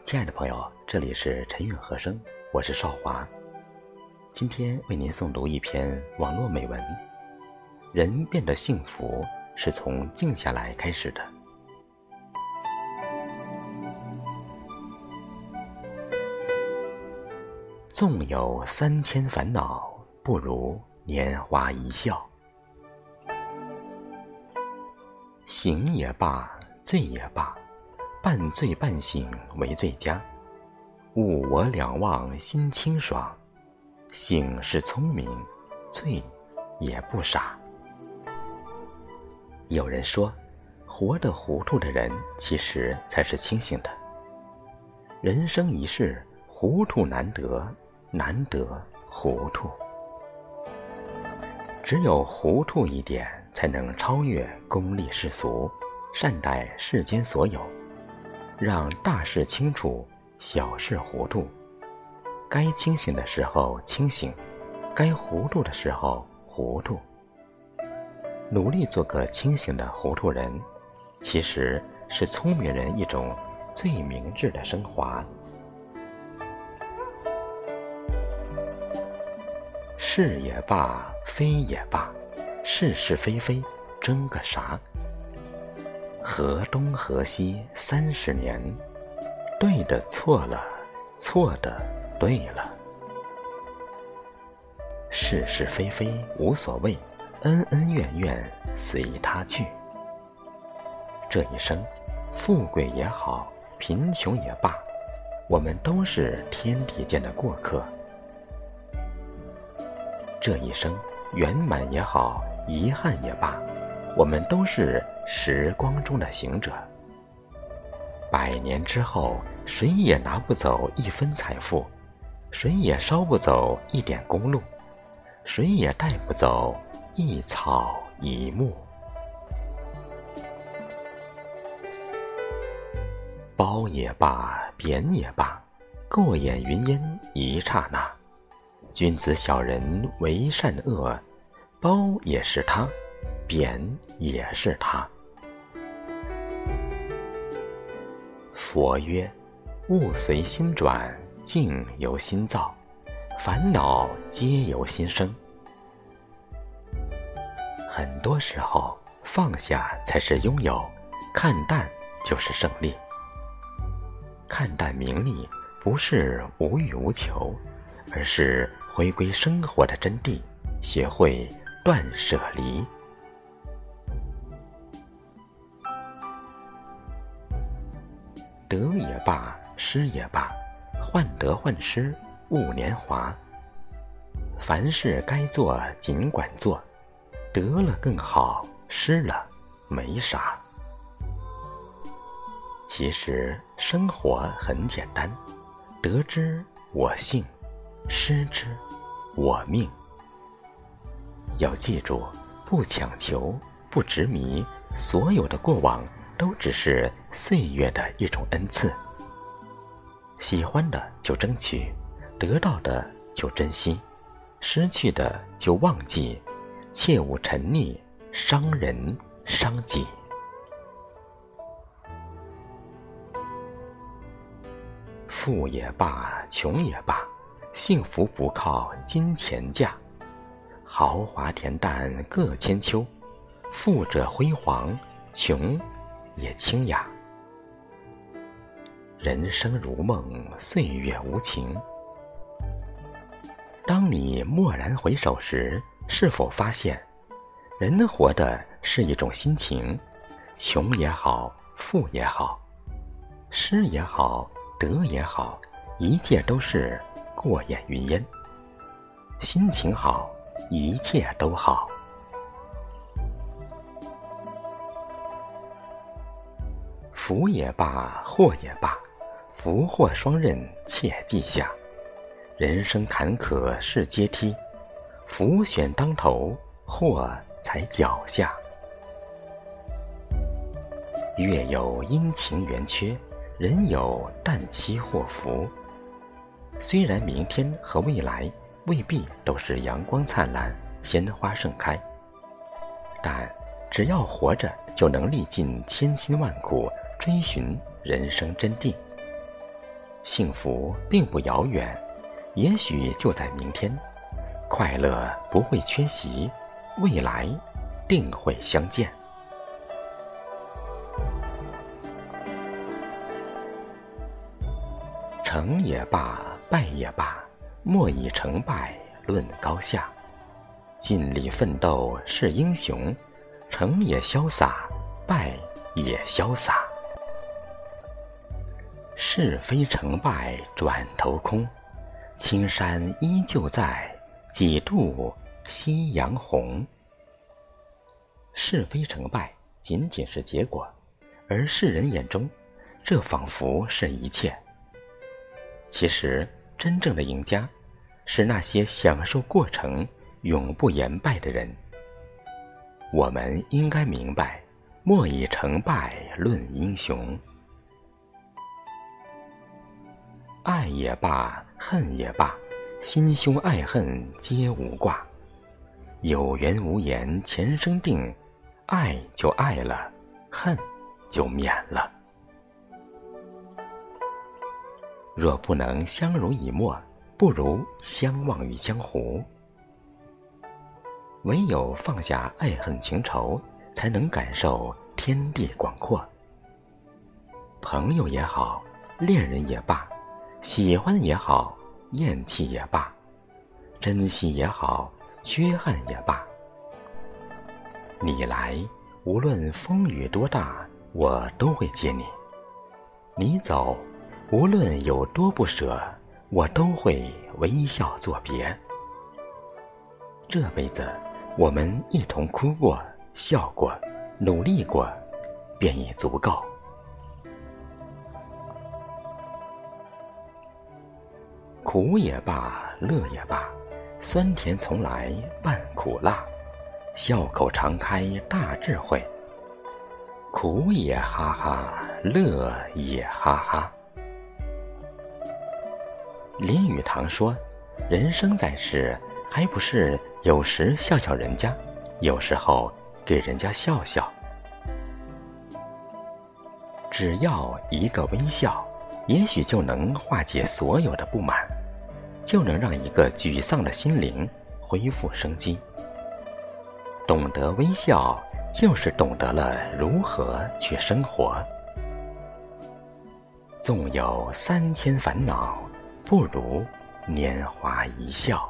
亲爱的朋友，这里是晨韵和声，我是少华。今天为您诵读一篇网络美文。人变得幸福是从静下来开始的。纵有3000烦恼，不如年华一笑。醒也罢，醉也罢，半醉半醒为最佳。物我两忘心清爽，醒是聪明，醉也不傻。有人说，活得糊涂的人其实才是清醒的。人生一世，糊涂难得，难得糊涂。只有糊涂一点，才能超越功利世俗，善待世间所有，让大事清楚，小事糊涂。该清醒的时候清醒，该糊涂的时候糊涂。努力做个清醒的糊涂人，其实是聪明人一种最明智的升华。是也罢，非也罢，是是非非争个啥？河东河西30年，对的错了，错的对了。是是非非无所谓，恩恩怨怨随他去。这一生，富贵也好，贫穷也罢，我们都是天地间的过客。这一生，圆满也好，遗憾也罢，我们都是时光中的行者。100年之后，谁也拿不走一分财富，谁也烧不走一点公路，谁也带不走一草一木。褒也罢，贬也罢，过眼云烟一刹那。君子小人为善恶，褒也是他，贬也是他。佛曰：物随心转，境由心造，烦恼皆由心生。很多时候，放下才是拥有，看淡就是胜利。看淡名利，不是无欲无求，而是回归生活的真谛，学会断舍离。得也罢，失也罢，患得患失勿年华。凡事该做尽管做，得了更好，失了没啥。其实生活很简单，得之我幸，失之我命。要记住，不强求，不执迷，所有的过往都只是岁月的一种恩赐。喜欢的就争取，得到的就珍惜，失去的就忘记，切勿沉溺，伤人伤己。富也罢，穷也罢，幸福不靠金钱价。豪华恬淡各千秋，富者辉煌，穷也清雅。人生如梦，岁月无情。当你蓦然回首时，是否发现，人活的是一种心情，穷也好，富也好，失也好，得也好，一切都是过眼云烟。心情好，一切都好。福也罢，祸也罢，福祸双刃切记下。人生坎坷是阶梯，福选当头，祸在脚下。月有阴晴圆缺，人有旦夕祸福。虽然明天和未来未必都是阳光灿烂，鲜花盛开，但只要活着，就能历尽千辛万苦，追寻人生真谛。 幸福并不遥远，也许就在明天。快乐不会缺席，未来定会相见。成也罢，败也罢，莫以成败论高下。尽力奋斗是英雄，成也潇洒，败也潇洒。是非成败转头空，青山依旧在，几度夕阳红。是非成败仅仅是结果，而世人眼中，这仿佛是一切。其实，真正的赢家是那些享受过程、永不言败的人。我们应该明白，莫以成败论英雄。爱也罢，恨也罢，心胸爱恨皆无挂。有缘无言前生定，爱就爱了，恨就免了。若不能相濡以沫，不如相忘于江湖。唯有放下爱恨情仇，才能感受天地广阔。朋友也好，恋人也罢，喜欢也好，厌弃也罢，珍惜也好，缺憾也罢，你来，无论风雨多大，我都会接你；你走，无论有多不舍，我都会微笑作别。这辈子，我们一同哭过、笑过、努力过，便已足够。苦也罢，乐也罢，酸甜从来万苦辣，笑口常开大智慧。苦也哈哈，乐也哈哈。林语堂说，人生在世，还不是有时笑笑人家，有时候给人家笑笑。只要一个微笑，也许就能化解所有的不满，就能让一个沮丧的心灵恢复生机。懂得微笑，就是懂得了如何去生活。纵有3000烦恼，不如年华一笑。